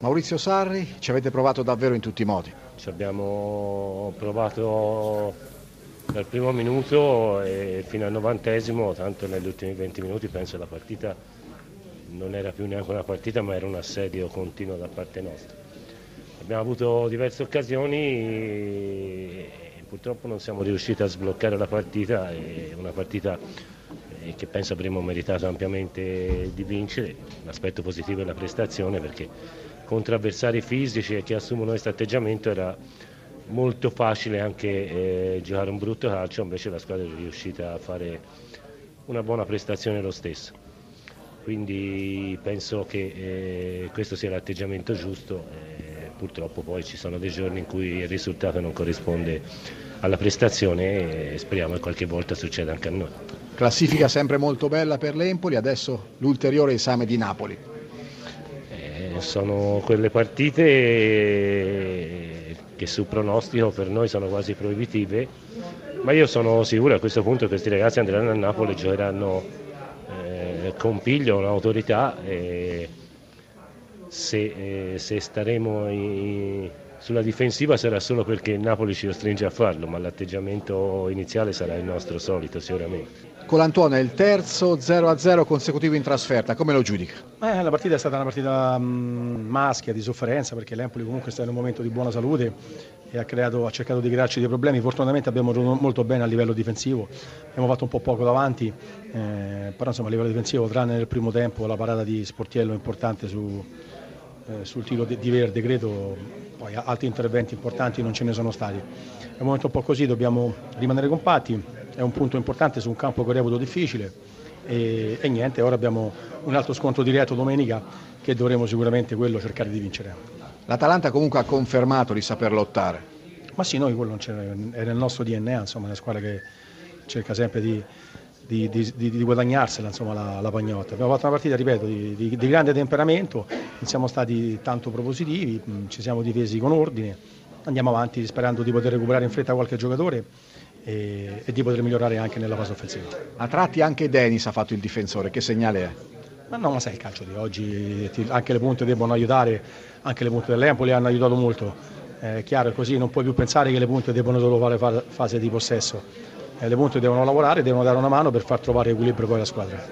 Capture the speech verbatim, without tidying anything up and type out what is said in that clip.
Maurizio Sarri, ci avete provato davvero in tutti i modi. Ci abbiamo provato dal primo minuto e fino al novantesimo, tanto negli ultimi venti minuti penso la partita non era più neanche una partita, ma era un assedio continuo da parte nostra. Abbiamo avuto diverse occasioni e purtroppo non siamo riusciti a sbloccare la partita, è una partita che penso avremmo meritato ampiamente di vincere. L'aspetto positivo è la prestazione, perché contro avversari fisici e che assumono questo atteggiamento era molto facile anche eh, giocare un brutto calcio, invece la squadra è riuscita a fare una buona prestazione lo stesso. Quindi penso che eh, questo sia l'atteggiamento giusto. Eh, purtroppo poi ci sono dei giorni in cui il risultato non corrisponde alla prestazione e speriamo che qualche volta succeda anche a noi. Classifica sempre molto bella per l'Empoli, adesso l'ulteriore esame di Napoli. Eh, sono quelle partite che su pronostico per noi sono quasi proibitive, ma io sono sicuro a questo punto che questi ragazzi andranno a Napoli e giocheranno eh, con piglio, un'autorità, e se, eh, se staremo in, sulla difensiva sarà solo perché il Napoli ci costringe a farlo, ma l'atteggiamento iniziale sarà il nostro solito sicuramente. Colantuono è il terzo zero a zero consecutivo in trasferta, come lo giudica? Eh, la partita è stata una partita mh, maschia, di sofferenza, perché l'Empoli comunque sta in un momento di buona salute e ha, creato, ha cercato di crearci dei problemi. Fortunatamente abbiamo giocato molto bene a livello difensivo, abbiamo fatto un po' poco davanti, eh, però insomma a livello difensivo, tranne nel primo tempo la parata di Sportiello importante su, eh, sul tiro di, di Verde, credo, poi altri interventi importanti non ce ne sono stati. È un momento un po' così, dobbiamo rimanere compatti, è un punto importante su un campo che reputo difficile. E, e niente, ora abbiamo un altro scontro diretto domenica che dovremo sicuramente quello cercare di vincere. L'Atalanta comunque ha confermato di saper lottare. Ma sì, noi quello è nel nostro D N A, insomma, è una squadra che cerca sempre di, di, di, di, di guadagnarsela, insomma, la, la pagnotta. Abbiamo fatto una partita, ripeto, di, di, di grande temperamento, non siamo stati tanto propositivi, ci siamo difesi con ordine, andiamo avanti sperando di poter recuperare in fretta qualche giocatore e, e di poter migliorare anche nella fase offensiva. A tratti anche Denis ha fatto il difensore, che segnale è? Ma no, ma sai, il calcio di oggi, anche le punte debbono aiutare, anche le punte dell'Empoli hanno aiutato molto. È chiaro, è così, non puoi più pensare che le punte debbano solo fare fase di possesso. Eh, le punte devono lavorare, devono dare una mano per far trovare equilibrio poi alla squadra.